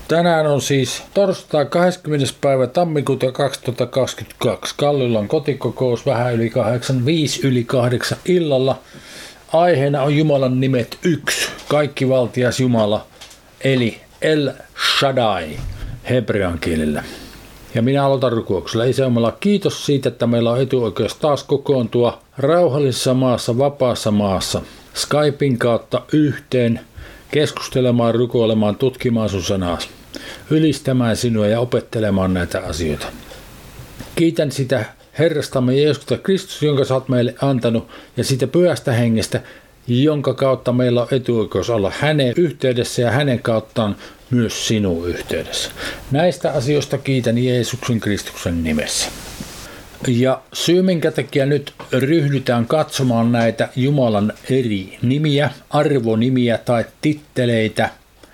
Tänään on siis torstai 20. päivä tammikuuta 2022. Kallilla on kotikokous vähän yli 8, 5 yli 8 illalla. Aiheena on Jumalan nimet 1, kaikkivaltias Jumala, eli El Shaddai hebrean kielellä. Ja minä aloitan rukouksella. Isä Jumala, kiitos siitä, että meillä on etuoikeus taas kokoontua rauhallisessa maassa, vapaassa maassa, Skypein kautta yhteen, keskustelemaan, rukoilemaan, tutkimaan sun sanaa, ylistämään sinua ja opettelemaan näitä asioita. Kiitän sitä Herrastamme Jeesusta Kristus, jonka sä oot meille antanut, ja siitä pyhästä hengestä, jonka kautta meillä on etuoikeus olla hänen yhteydessä ja hänen kauttaan myös sinun yhteydessä. Näistä asioista kiitän Jeesuksen Kristuksen nimessä. Ja syy, minkä takia nyt ryhdytään katsomaan näitä Jumalan eri nimiä, arvonimiä tai titteleitä,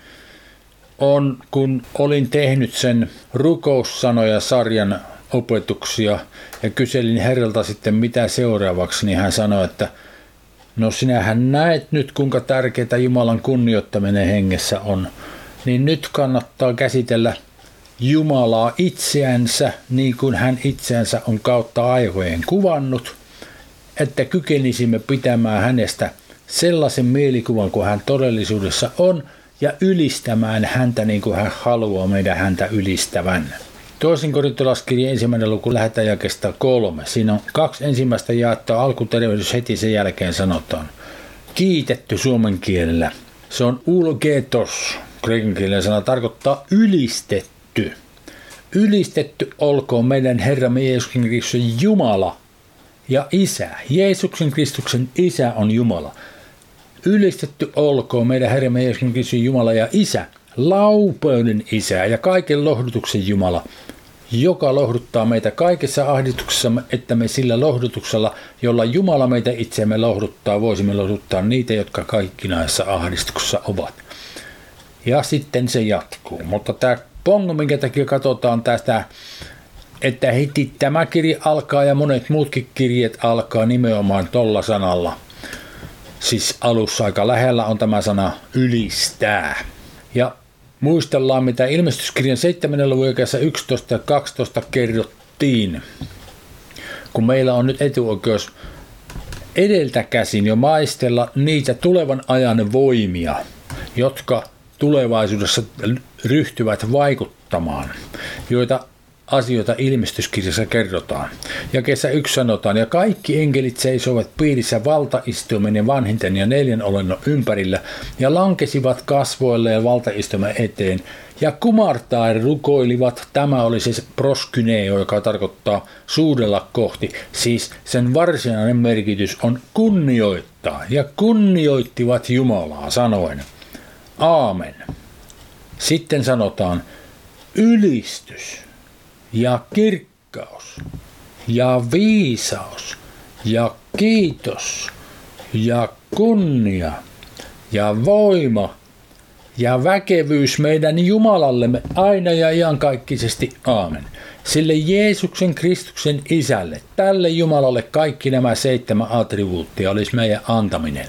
on kun olin tehnyt sen rukoussanoja-sarjan opetuksia ja kyselin Herralta sitten mitä seuraavaksi, niin hän sanoi, että no sinähän näet nyt kuinka tärkeää Jumalan kunnioittaminen hengessä on, niin nyt kannattaa käsitellä Jumalaa itseänsä niin kuin hän itseänsä on kautta aikojen kuvannut, että kykenisimme pitämään hänestä sellaisen mielikuvan kuin hän todellisuudessa on ja ylistämään häntä niin kuin hän haluaa meidän häntä ylistävän. Toisin korintolaiskirjan 1. luku lähdetään jakeesta 3. Siinä on 2 ensimmäistä jaetta alkutervehdys heti sen jälkeen sanotaan. Kiitetty suomen kielellä. Se on ulgetos. Kreikan kielellä sana tarkoittaa ylistetty. Ylistetty olkoon meidän Herramme Jeesuksen Kristuksen Jumala ja Isä. Jeesuksen Kristuksen Isä on Jumala. Ylistetty olkoon meidän Herramme Jeesuksen Kristuksen Jumala ja Isä. Laupeuden Isä ja kaiken lohdutuksen Jumala, joka lohduttaa meitä kaikessa ahdistuksessamme, että me sillä lohdutuksella, jolla Jumala meitä itseämme lohduttaa, voisimme lohduttaa niitä, jotka kaikkinaisessa ahdistuksessa ovat. Ja sitten se jatkuu. Mutta tämä pongo, minkä takia katsotaan tästä, että heti tämä kirja alkaa ja monet muutkin kirjeet alkaa nimenomaan tolla sanalla. Siis alussa aika lähellä on tämä sana ylistää. Ja muistellaan, mitä ilmestyskirjan 7. luvun jakeessa 11 ja 12 kerrottiin, kun meillä on nyt etuoikeus edeltä käsin jo maistella niitä tulevan ajan voimia, jotka tulevaisuudessa ryhtyvät vaikuttamaan, joita asioita ilmestyskirjassa kerrotaan. Jakeessa 1 sanotaan, ja kaikki enkelit seisovat piirissä valtaistuimen ja vanhinten ja 4 olennon ympärillä, ja lankesivat kasvoilleen valtaistuimen eteen, ja kumartaen rukoilivat, tämä oli siis proskyneo, joka tarkoittaa suudella kohti, siis sen varsinainen merkitys on kunnioittaa, ja kunnioittivat Jumalaa sanoen, aamen. Sitten sanotaan, ylistys ja kirkkaus ja viisaus ja kiitos ja kunnia ja voima ja väkevyys meidän Jumalallemme aina ja iankaikkisesti. Aamen. Sille Jeesuksen Kristuksen Isälle, tälle Jumalalle kaikki nämä 7 attribuuttia olisi meidän antaminen.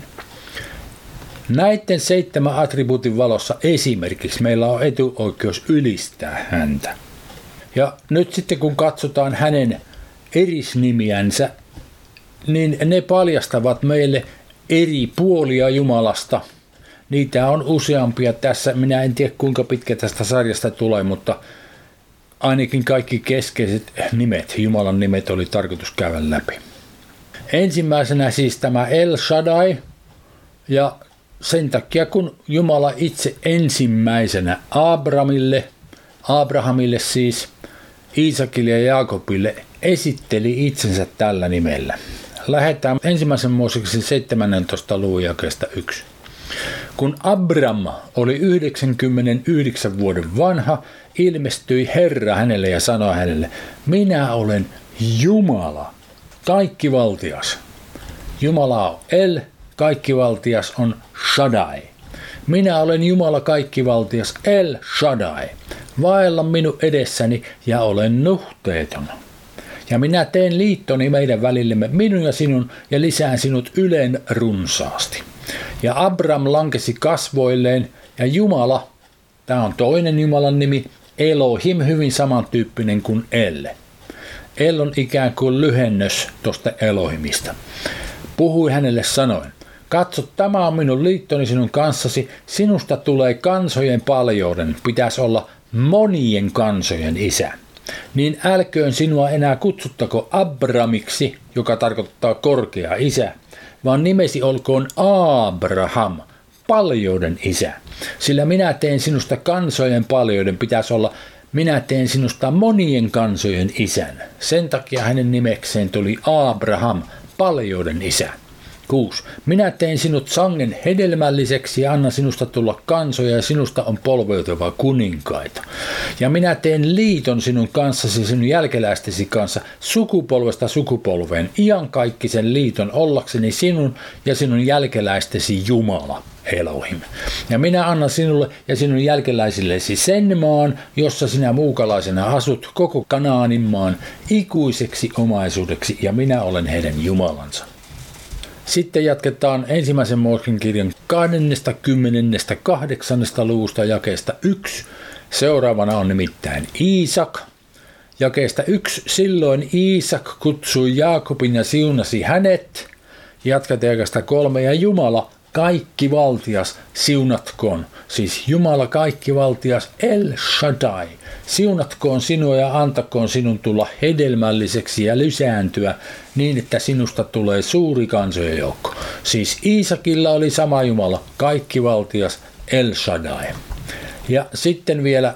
Näiden 7 attribuutin valossa esimerkiksi meillä on etuoikeus ylistää häntä. Ja nyt sitten kun katsotaan hänen erisnimiänsä, niin ne paljastavat meille eri puolia Jumalasta. Niitä on useampia tässä. Minä en tiedä kuinka pitkä tästä sarjasta tulee, mutta ainakin kaikki keskeiset nimet, Jumalan nimet oli tarkoitus käydä läpi. Ensimmäisenä siis tämä El Shaddai ja sen takia kun Jumala itse ensimmäisenä Abrahamille siis, Iisakille ja Jaakobille esitteli itsensä tällä nimellä. Lähdetään ensimmäisen Mooseksen 17. luvun jakeesta 1. Kun Abram oli 99 vuoden vanha, ilmestyi Herra hänelle ja sanoi hänelle, minä olen Jumala, kaikkivaltias. Jumala on El, kaikkivaltias on Shaddai. Minä olen Jumala kaikkivaltias El Shaddai. Vaella minun edessäni ja olen nuhteeton. Ja minä teen liittoni meidän välillemme, minun ja sinun, ja lisään sinut ylen runsaasti. Ja Abram lankesi kasvoilleen, ja Jumala Tämä on toinen Jumalan nimi. Elohim, hyvin samantyyppinen kuin El. El on ikään kuin lyhennös tuosta Elohimista. Puhui hänelle sanoen, katso, tämä on minun liittoni sinun kanssasi, sinusta tulee kansojen paljouden, pitäisi olla monien kansojen isä. Niin älköön sinua enää kutsuttako Abramiksi, joka tarkoittaa korkea isä, vaan nimesi olkoon Abraham, paljouden isä. Sillä minä teen sinusta kansojen paljouden, pitäisi olla minä teen sinusta monien kansojen isän. Sen takia hänen nimekseen tuli Abraham, paljouden isä. 6. Minä tein sinut sangen hedelmälliseksi ja annan sinusta tulla kansoja ja sinusta on polveutuva kuninkaita. Ja minä teen liiton sinun kanssasi, sinun jälkeläistesi kanssa sukupolvesta sukupolveen, iankaikkisen liiton ollakseni sinun ja sinun jälkeläistesi Jumala, Elohim. Ja minä annan sinulle ja sinun jälkeläisillesi sen maan, jossa sinä muukalaisena asut, koko Kanaanin maan, ikuiseksi omaisuudeksi, ja minä olen heidän Jumalansa. Sitten jatketaan ensimmäisen Mooseksen kirjan 28. luvusta jakeesta 1. Seuraavana on nimittäin Iisak. Jakeesta 1. Silloin Iisak kutsui Jaakobin ja siunasi hänet. Jatketaan jakeesta 3. Ja Jumala kaikkivaltias siunatkoon. Siis Jumala kaikkivaltias El Shaddai. Siunatkoon sinua ja antakoon sinun tulla hedelmälliseksi ja lisääntyä niin, että sinusta tulee suuri kansojen joukko. Siis Iisakilla oli sama Jumala, kaikkivaltias El Shaddai. Ja sitten vielä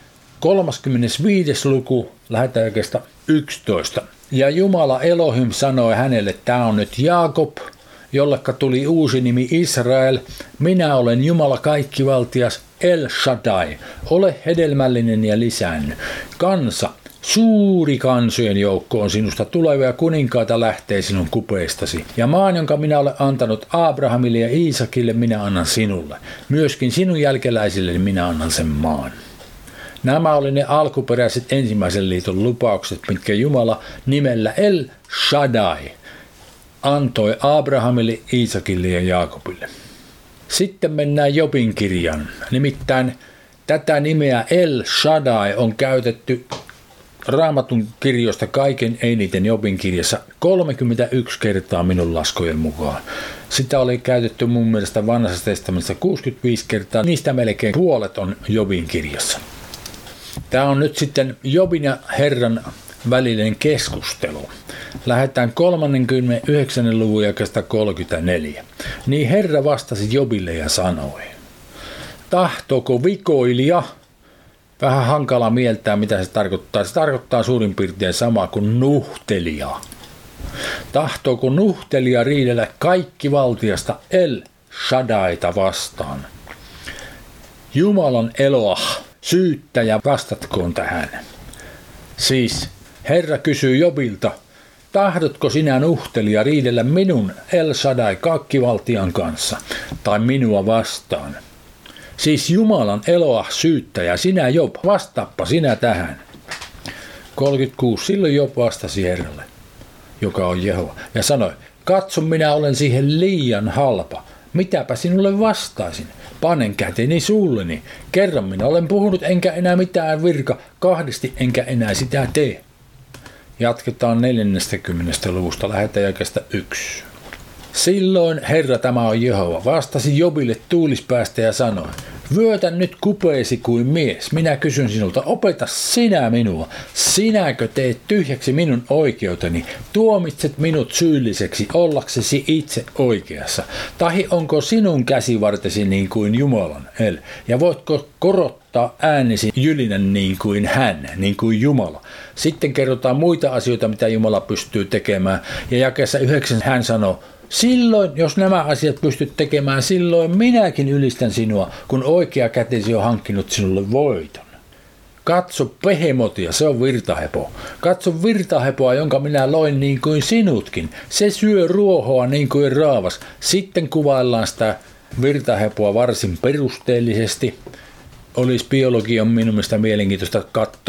35. luku, lähdetään jakeesta 11. Ja Jumala Elohim sanoi hänelle, tämä on nyt Jaakob, jollekka tuli uusi nimi Israel. Minä olen Jumala kaikkivaltias El Shaddai. Ole hedelmällinen ja lisäänny. Kansa, suuri kansojen joukko on sinusta tulevia kuninkaita lähtee sinun kupeistasi. Ja maan, jonka minä olen antanut Abrahamille ja Iisakille, minä annan sinulle. Myöskin sinun jälkeläisille minä annan sen maan. Nämä oli ne alkuperäiset ensimmäisen liiton lupaukset, mitkä Jumala nimellä El Shaddai antoi Abrahamille, Iisakille ja Jaakobille. Sitten mennään Jobin kirjaan. Nimittäin tätä nimeä El Shaddai on käytetty Raamatun kirjoista kaiken eniten Jobin kirjassa 31 kertaa minun laskujen mukaan. Sitä oli käytetty mun mielestä Vanhassa testamentissa 65 kertaa. Niistä melkein puolet on Jobin kirjassa. Tämä on nyt sitten Jobin ja Herran välinen keskustelu. Lähdetään 39. luvun jakeesta 34. Niin Herra vastasi Jobille ja sanoi, tahtooko vikoilija, vähän hankala mieltää mitä se tarkoittaa. Se tarkoittaa suurin piirtein sama kuin nuhtelija. Tahtooko nuhtelija riidellä kaikkivaltiasta El Shaddaita vastaan? Jumalan Eloah, syyttäjä, vastatkoon tähän. Siis Herra kysyy Jobilta, tahdotko sinä nuhtelija riidellä minun El Shaddai kaikkivaltian kanssa tai minua vastaan? Siis Jumalan Eloah syyttäjä, sinä Job, vastaappa sinä tähän. 36. Silloin Job vastasi Herralle, joka on Jehova, ja sanoi, katso minä olen siihen liian halpa. Mitäpä sinulle vastaisin? Panen käteni suulleni. Kerran minä olen puhunut enkä enää mitään virka, kahdesti enkä enää sitä tee. Jatketaan 40. luvusta, lähdetään jakeesta 1. Silloin Herra, tämä on Jehova, vastasi Jobille tuulispäästä ja sanoi, vyötä nyt kupeesi kuin mies. Minä kysyn sinulta, opeta sinä minua. Sinäkö teet tyhjäksi minun oikeuteni? Tuomitset minut syylliseksi ollaksesi itse oikeassa. Tahi onko sinun käsivartesi niin kuin Jumalan El? Ja voitko korottaa äänesi jylinän niin kuin hän, niin kuin Jumala? Sitten kerrotaan muita asioita, mitä Jumala pystyy tekemään. Ja jakeessa 9 hän sanoo, silloin, jos nämä asiat pystyt tekemään, silloin minäkin ylistän sinua, kun oikea kätesi on hankkinut sinulle voiton. Katso Behemotia, se on virtahepo. Katso virtahepoa, jonka minä loin niin kuin sinutkin. Se syö ruohoa niin kuin raavas. Sitten kuvaillaan sitä virtahepoa varsin perusteellisesti. Olisi biologian minun mielestä mielenkiintoista katsoa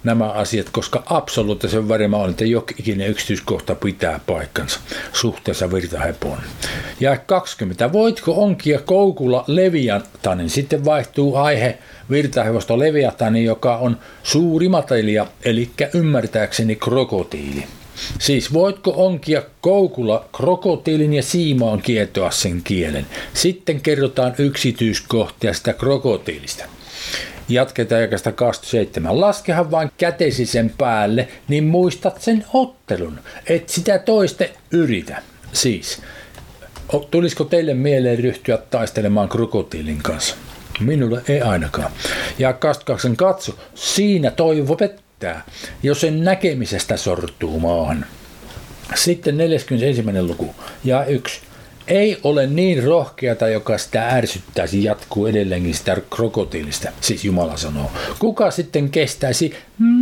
nämä asiat, koska absoluuttisen varma on, että jokikinen yksityiskohta pitää paikkansa suhteessa virtahepoon. Ja 20. Voitko onkia koukulla Leviatanin? Sitten vaihtuu aihe virtahevosta Leviatanin, joka on suuri matelia, eli ymmärtääkseni krokotiili. Siis voitko onkia koukulla krokotiilin ja siimaan kietoa sen kielen? Sitten kerrotaan yksityiskohtia sitä krokotiilista. Jatketaan jakasta 27. Laskehan vain kätesi sen päälle, niin muistat sen ottelun. Et sitä toiste yritä. Siis, tulisiko teille mieleen ryhtyä taistelemaan krokotiilin kanssa? Minulle ei ainakaan. Ja 22. Katso, siinä toivo pettää, jos sen näkemisestä sortuu maahan. Sitten 41. luku. Ja 1. Ei ole niin rohkeata, joka sitä ärsyttäisi, jatkuu edelleenkin sitä krokotiilista, siis Jumala sanoo. Kuka sitten kestäisi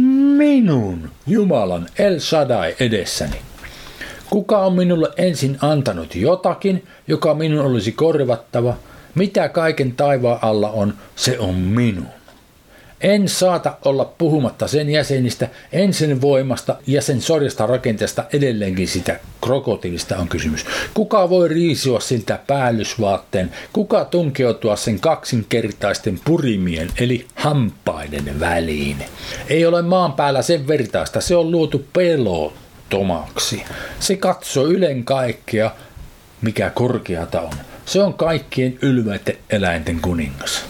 minun, Jumalan, El Shaddai edessäni? Kuka on minulle ensin antanut jotakin, joka minun olisi korvattava? Mitä kaiken taivaan alla on, se on minun. En saata olla puhumatta sen jäsenistä, en sen voimasta ja sen sorjasta rakenteesta, edelleenkin sitä krokotiilista on kysymys. Kuka voi riisua siltä päällysvaatteen, kuka tunkeutua sen kaksinkertaisten purimien eli hampaiden väliin? Ei ole maan päällä sen vertaista, se on luotu pelottomaksi. Se katsoo ylen kaikkea, mikä korkeata on. Se on kaikkien ylväiden eläinten kuningas.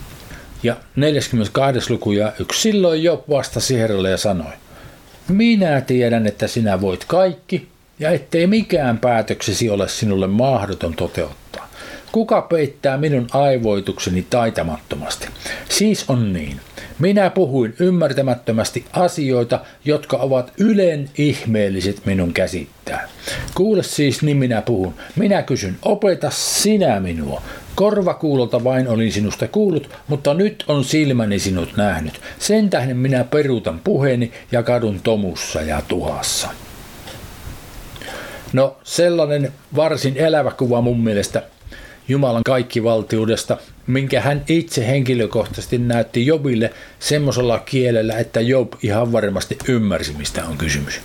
Ja 42. luku ja 1. Silloin Job vastasi Herralle ja sanoi, minä tiedän, että sinä voit kaikki, ja ettei mikään päätöksesi ole sinulle mahdoton toteuttaa. Kuka peittää minun aivoitukseni taitamattomasti? Siis on niin. Minä puhuin ymmärtämättömästi asioita, jotka ovat ylen ihmeelliset minun käsittää. Kuule siis, niin minä puhun. Minä kysyn, opeta sinä minua. Korvakuulolta vain olin sinusta kuullut, mutta nyt on silmäni sinut nähnyt. Sen tähden minä peruutan puheeni ja kadun tomussa ja tuhassa. No, sellainen varsin elävä kuva mun mielestä Jumalan kaikkivaltiudesta, minkä hän itse henkilökohtaisesti näytti Jobille semmoisella kielellä, että Job ihan varmasti ymmärsi, mistä on kysymys.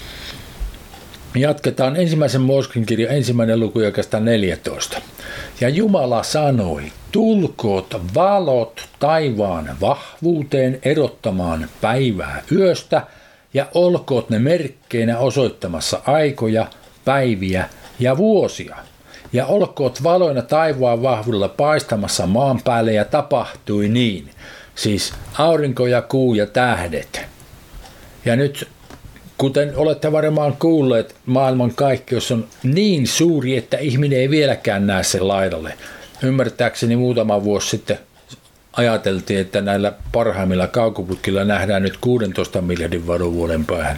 Jatketaan ensimmäisen Mooseksen kirjan 1. luku jakasta 14. Ja Jumala sanoi, tulkoot valot taivaan vahvuuteen erottamaan päivää yöstä, ja olkoot ne merkkeinä osoittamassa aikoja, päiviä ja vuosia. Ja olkoot valoina taivaan vahvuudella paistamassa maan päälle, ja tapahtui niin. Siis aurinko ja kuu ja tähdet. Ja nyt, kuten olette varmaan kuulleet, maailman kaikkeus on niin suuri, että ihminen ei vieläkään näe sen laidalle. Ymmärtääkseni muutama vuosi sitten ajateltiin, että näillä parhaimmilla kaukoputkilla nähdään nyt 16 miljardin varovuoden päähän.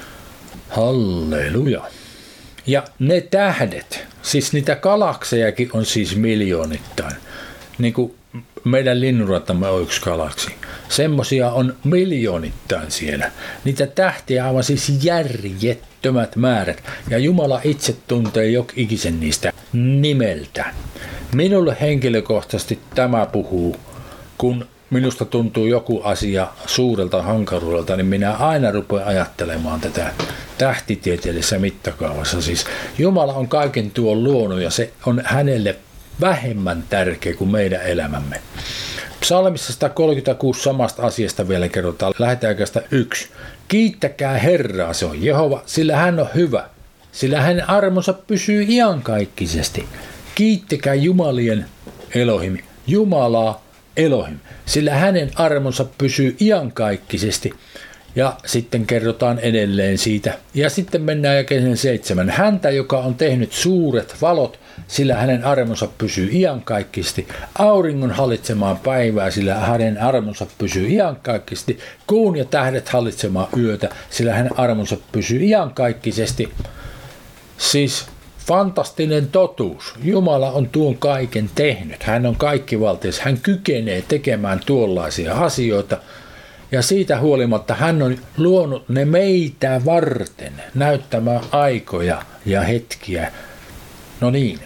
Halleluja. Ja ne tähdet, siis niitä galaksejakin on siis miljoonittain. Niin kuin meidän linnunrattamme on yksi galaksi. Semmosia on miljoonittain siellä. Niitä tähtiä aivan siis järjettömät määrät. Ja Jumala itse tuntee jokikisen niistä nimeltä. Minulle henkilökohtaisesti tämä puhuu, kun minusta tuntuu joku asia suurelta hankaluudelta, niin minä aina rupean ajattelemaan tätä tähtitieteellisessä mittakaavassa. Siis Jumala on kaiken tuon luonut ja se on hänelle vähemmän tärkeä kuin meidän elämämme. Psalmissa 136 samasta asiasta vielä kerrotaan. Lähdetään 1. Kiittäkää Herraa, se on Jehova, sillä hän on hyvä. Sillä hänen armonsa pysyy iankaikkisesti. Kiittäkää Jumalien Elohim, Jumalaa Elohim, sillä hänen armonsa pysyy iankaikkisesti. Ja sitten kerrotaan edelleen siitä. Ja sitten mennään jakeeseen 7. Häntä, joka on tehnyt suuret valot, sillä hänen armonsa pysyy iankaikkisesti. Auringon hallitsemaan päivää, sillä hänen armonsa pysyy iankaikkisesti. Kuun ja tähdet hallitsemaan yötä, sillä hänen armonsa pysyy iankaikkisesti. Siis fantastinen totuus. Jumala on tuon kaiken tehnyt. Hän on kaikkivaltias. Hän kykenee tekemään tuollaisia asioita. Ja siitä huolimatta hän on luonut ne meitä varten näyttämään aikoja ja hetkiä. No niin.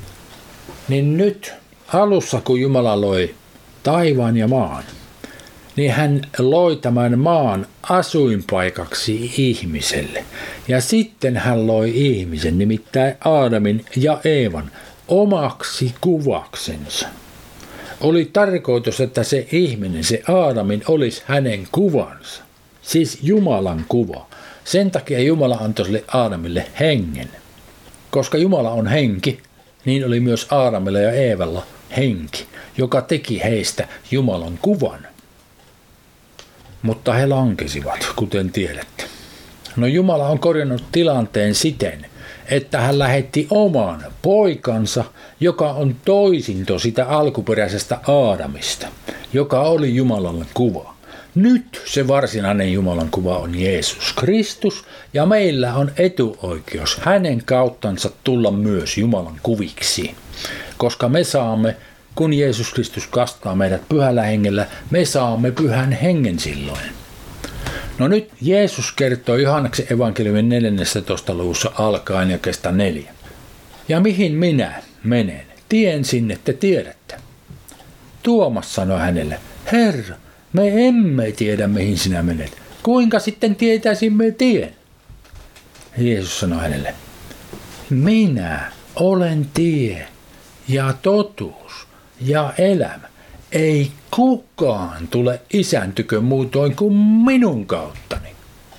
Niin nyt alussa kun Jumala loi taivaan ja maan, niin hän loi tämän maan asuinpaikaksi ihmiselle. Ja sitten hän loi ihmisen, nimittäin Aadamin ja Eevan, omaksi kuvaksensa. Oli tarkoitus, että se ihminen, se Aadamin, olisi hänen kuvansa. Siis Jumalan kuva. Sen takia Jumala antoi sille Aadamille hengen. Koska Jumala on henki, niin oli myös Aadamilla ja Eevalla henki, joka teki heistä Jumalan kuvan. Mutta he lankesivat, kuten tiedätte. No Jumala on korjannut tilanteen siten, että hän lähetti oman poikansa, joka on toisinto sitä alkuperäisestä Aadamista, joka oli Jumalan kuva. Nyt se varsinainen Jumalan kuva on Jeesus Kristus, ja meillä on etuoikeus hänen kauttansa tulla myös Jumalan kuviksi, koska me saamme, kun Jeesus Kristus kastaa meidät pyhällä hengellä, me saamme pyhän hengen silloin. No nyt Jeesus kertoo Johanneksen evankeliumin 14. luvussa alkaen jakeesta 4. Ja mihin minä menen? Tien sinne te tiedätte. Tuomas sanoi hänelle, Herra, me emme tiedä mihin sinä menet. Kuinka sitten tietäisimme tien? Jeesus sanoi hänelle, minä olen tie ja totuus ja elämä. Ei kukaan tule Isän tykö muutoin kuin minun kauttani.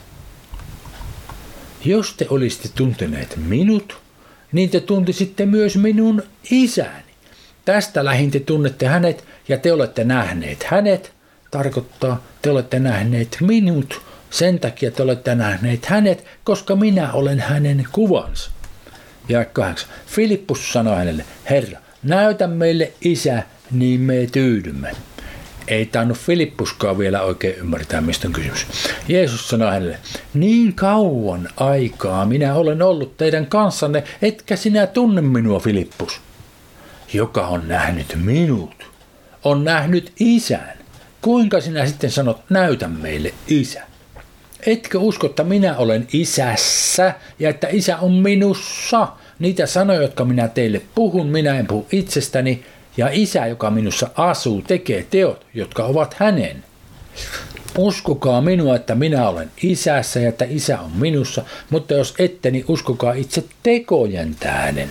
Jos te olisitte tunteneet minut, niin te tuntisitte myös minun isäni. Tästä lähin te tunnette hänet ja te olette nähneet hänet. Tarkoittaa, te olette nähneet minut. Sen takia te olette nähneet hänet, koska minä olen hänen kuvansa. Ja 8. Filippus sanoi hänelle, Herra, näytä meille Isä, niin me tyydymme. Ei tainnut Filippuskaan vielä oikein ymmärtää, mistä on kysymys. Jeesus sanoi hänelle, niin kauan aikaa minä olen ollut teidän kanssanne, etkä sinä tunne minua, Filippus. Joka on nähnyt minut, on nähnyt Isän. Kuinka sinä sitten sanot, näytä meille Isä? Etkö usko, että minä olen Isässä ja että Isä on minussa? Niitä sanoja, jotka minä teille puhun, minä en puhu itsestäni, ja Isä, joka minussa asuu, tekee teot, jotka ovat hänen. Uskokaa minua, että minä olen Isässä ja että Isä on minussa, mutta jos ette, niin uskokaa itse tekojen tähden.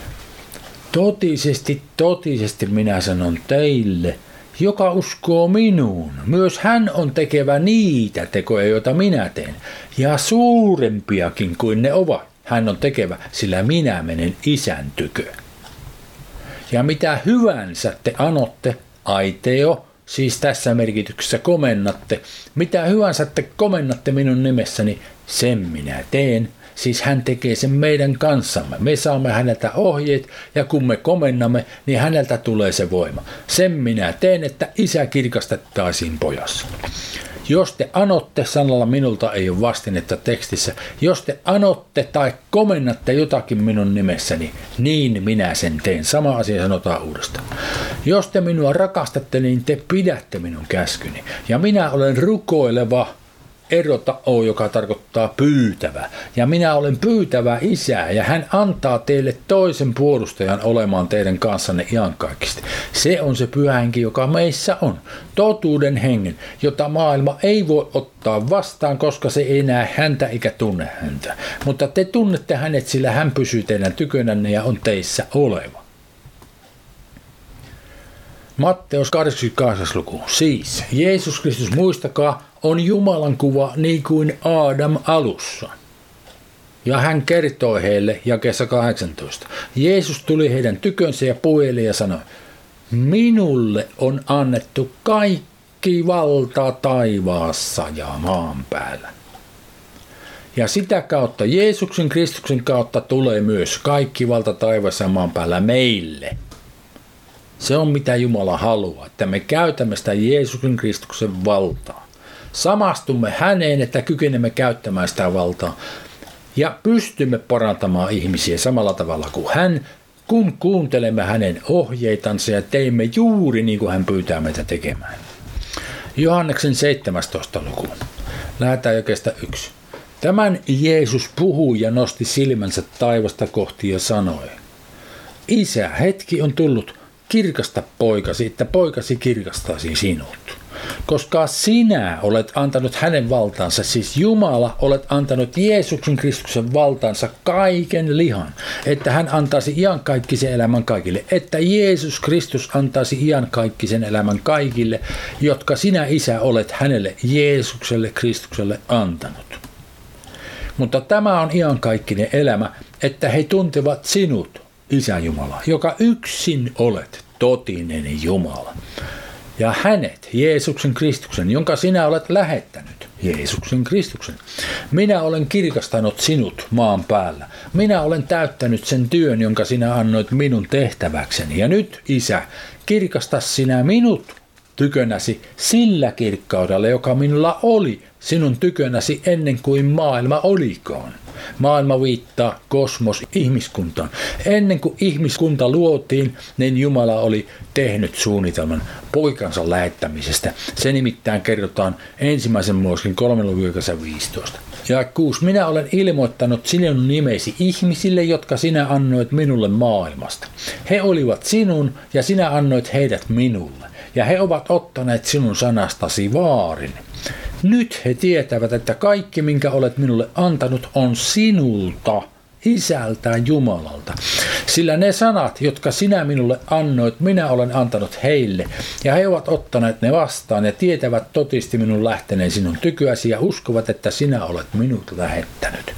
Totisesti minä sanon teille, joka uskoo minuun, myös hän on tekevä niitä tekoja, joita minä teen, ja suurempiakin kuin ne ovat. Hän on tekevä, sillä minä menen Isän tykö. Ja mitä hyvänsä te anotte, aiteo, siis tässä merkityksessä komennatte, mitä hyvänsä te komennatte minun nimessäni, sen minä teen. Siis hän tekee sen meidän kanssamme. Me saamme häneltä ohjeet ja kun me komennamme, niin häneltä tulee se voima. Sen minä teen, että Isä kirkastettaisiin pojassa. Jos te anotte, sanalla minulta ei ole vastinetta tekstissä, jos te anotte tai komennatte jotakin minun nimessäni, niin minä sen teen. Sama asia sanotaan uudestaan. Jos te minua rakastatte, niin te pidätte minun käskyni. Ja minä olen rukoileva, erota o, joka tarkoittaa pyytävä. Ja minä olen pyytävä Isää, ja hän antaa teille toisen puolustajan olemaan teidän kanssanne iankaikkisesti. Se on se pyhä henki, joka meissä on. Totuuden hengen, jota maailma ei voi ottaa vastaan, koska se ei näe häntä eikä tunne häntä. Mutta te tunnette hänet, sillä hän pysyy teidän tykönänne ja on teissä oleva. Matteus 28. luku. Siis Jeesus Kristus, muistakaa, on Jumalan kuva niin kuin Aadam alussa. Ja hän kertoi heille jakeessa 18. Jeesus tuli heidän tykönsä ja puheli ja sanoi, minulle on annettu kaikki valta taivaassa ja maan päällä. Ja sitä kautta, Jeesuksen Kristuksen kautta tulee myös kaikki valta taivaassa ja maan päällä meille. Se on mitä Jumala haluaa, että me käytämme sitä Jeesuksen Kristuksen valtaa. Samastumme häneen, että kykenemme käyttämään sitä valtaa ja pystymme parantamaan ihmisiä samalla tavalla kuin hän, kun kuuntelemme hänen ohjeitansa ja teemme juuri niin kuin hän pyytää meitä tekemään. Johanneksen 17. luku. Lähdetään jakeesta 1. Tämän Jeesus puhui ja nosti silmänsä taivasta kohti ja sanoi, Isä, hetki on tullut, kirkasta poikasi, että poikasi kirkastaisi sinut. koska sinä olet antanut hänen valtaansa, siis Jumala olet antanut Jeesuksen Kristuksen valtaansa kaiken lihan, että hän antaisi iankaikkisen elämän kaikille, että Jeesus Kristus antaisi iankaikkisen elämän kaikille, jotka sinä, Isä, olet hänelle, Jeesukselle Kristukselle antanut. Mutta tämä on iankaikkinen elämä, että he tuntevat sinut, Isä Jumala, joka yksin olet totinen Jumala. Ja hänet, Jeesuksen Kristuksen, jonka sinä olet lähettänyt, Jeesuksen Kristuksen. Minä olen kirkastanut sinut maan päällä. Minä olen täyttänyt sen työn, jonka sinä annoit minun tehtäväkseni. Ja nyt, Isä, kirkasta sinä minut tykönäsi sillä kirkkaudella, joka minulla oli sinun tykönäsi ennen kuin maailma olikaan. Maailma viittaa kosmos ihmiskuntaan. Ennen kuin ihmiskunta luotiin, niin Jumala oli tehnyt suunnitelman poikansa lähettämisestä. Se nimittäin kerrotaan 1. Mooseksen 3:15. Ja 6. Minä olen ilmoittanut sinun nimesi ihmisille, jotka sinä annoit minulle maailmasta. He olivat sinun ja sinä annoit heidät minulle. Ja he ovat ottaneet sinun sanastasi vaarin. Nyt he tietävät, että kaikki, minkä olet minulle antanut, on sinulta, Isältä Jumalalta. Sillä ne sanat, jotka sinä minulle annoit, minä olen antanut heille. Ja he ovat ottaneet ne vastaan ja tietävät totisti minun lähteneen sinun tykyäsi ja uskovat, että sinä olet minut lähettänyt.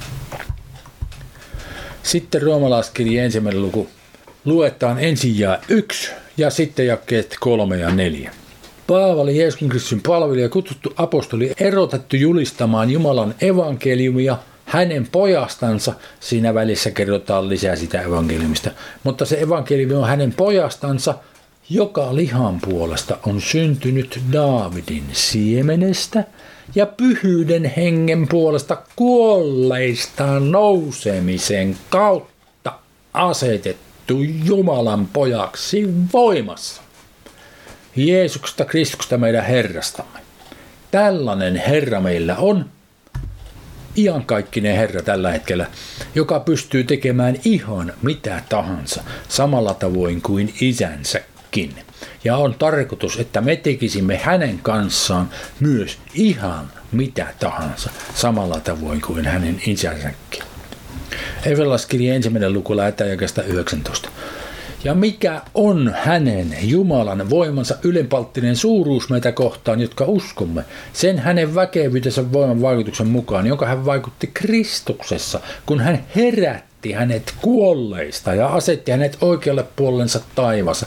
Sitten roomalaiskirjeen 1. luku. Luetaan ensin jae 1 ja sitten jakeet 3 ja 4. Paavali, Jeesuksen Kristuksen palvelija, kutsuttu apostoli, erotettu julistamaan Jumalan evankeliumia hänen pojastansa. Siinä välissä kerrotaan lisää sitä evankeliumista. Mutta se evankeliumi on hänen pojastansa, joka lihan puolesta on syntynyt Daavidin siemenestä ja pyhyyden hengen puolesta kuolleista nousemisen kautta asetettu Jumalan pojaksi voimassa. Jeesuksesta Kristuksesta meidän Herrastamme. Tällainen Herra meillä on, iankaikkinen Herra tällä hetkellä, joka pystyy tekemään ihan mitä tahansa, samalla tavoin kuin isänsäkin. Ja on tarkoitus, että me tekisimme hänen kanssaan myös ihan mitä tahansa, samalla tavoin kuin hänen isänsäkin. Efesolaiskirjeen 1. luku lähetään jakeesta 19. Ja mikä on hänen Jumalan voimansa ylenpalttinen suuruus meitä kohtaan, jotka uskomme, sen hänen väkevyytensä voiman vaikutuksen mukaan, jonka hän vaikutti Kristuksessa, kun hän herätti hänet kuolleista ja asetti hänet oikealle puolensa taivaassa.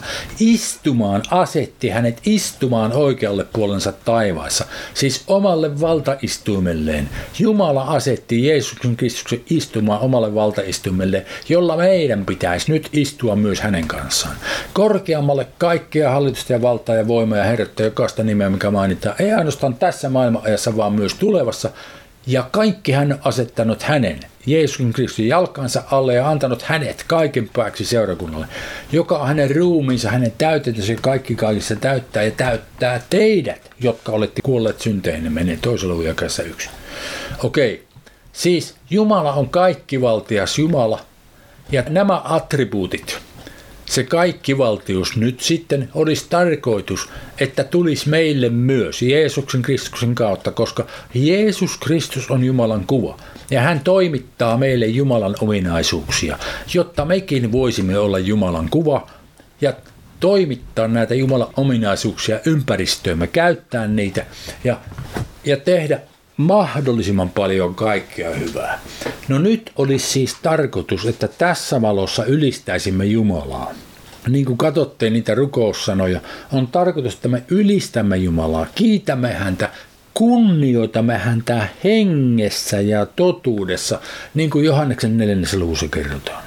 Asetti hänet istumaan oikealle puolensa taivaassa, siis omalle valtaistuimelleen. Jumala asetti Jeesuksen Kristuksen istumaan omalle valtaistuimelleen, jolla meidän pitäisi nyt istua myös hänen kanssaan. Korkeammalle kaikkea hallitusta ja valtaa ja voimaa ja herrattua jokaista nimeä, mikä mainitaan, ei ainoastaan tässä maailmanajassa, vaan myös tulevassa. Ja kaikki hän on asettanut hänen, Jeesuksen Kristuksen jalkansa alle ja antanut hänet kaiken pääksi seurakunnalle, joka on hänen ruumiinsa, hänen täytetynsä kaikki kaikissa täyttää ja täyttää teidät, jotka olette kuolleet synteihin, menee toisella luvun jakeessa 1. Okei, siis Jumala on kaikkivaltias Jumala ja nämä attribuutit, se kaikkivaltius nyt sitten olisi tarkoitus, että tulisi meille myös Jeesuksen Kristuksen kautta, koska Jeesus Kristus on Jumalan kuva ja hän toimittaa meille Jumalan ominaisuuksia, jotta mekin voisimme olla Jumalan kuva ja toimittaa näitä Jumalan ominaisuuksia ympäristöömme, käyttää niitä ja tehdä mahdollisimman paljon kaikkea hyvää. No nyt olisi siis tarkoitus, että tässä valossa ylistäisimme Jumalaa. Niin kuin katsottiin niitä rukoussanoja, on tarkoitus, että me ylistämme Jumalaa, kiitämme häntä, kunnioitamme häntä hengessä ja totuudessa, niin kuin Johanneksen 4. luvussa kerrotaan.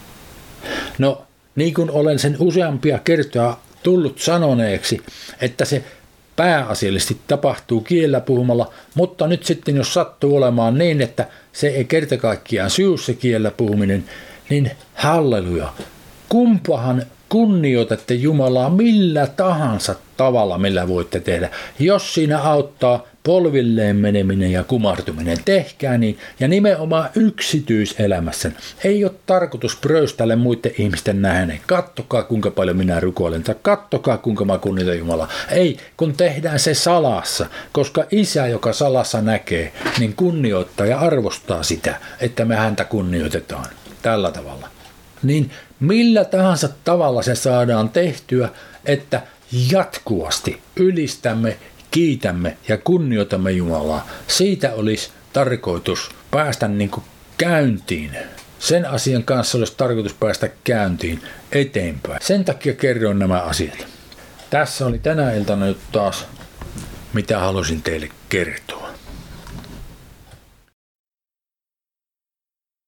No, niin kuin olen sen useampia kertoja tullut sanoneeksi, että se pääasiallisesti tapahtuu kielellä puhumalla, mutta nyt sitten jos sattuu olemaan niin, että se ei kerta kaikkiaan syy se kielellä puhuminen, niin halleluja. Kumpahan kunnioitatte Jumalaa millä tahansa tavalla, millä voitte tehdä. Jos siinä auttaa polvilleen meneminen ja kumartuminen, tehkää niin. Ja nimenomaan yksityiselämässä. Ei ole tarkoitus pröystäillä muiden ihmisten nähden. Kattokaa kuinka paljon minä rukoilen, tai kattokaa kuinka mä kunnioitan Jumalaa. Ei, kun tehdään se salassa, koska Isä, joka salassa näkee, niin kunnioittaa ja arvostaa sitä, että me häntä kunnioitetaan tällä tavalla. Niin millä tahansa tavalla se saadaan tehtyä, että jatkuvasti ylistämme, kiitämme ja kunnioitamme Jumalaa. Siitä olisi tarkoitus päästä niin kuin käyntiin. Sen asian kanssa olisi tarkoitus päästä käyntiin eteenpäin. Sen takia kerroin nämä asiat. Tässä oli tänä iltana nyt taas, mitä halusin teille kertoa.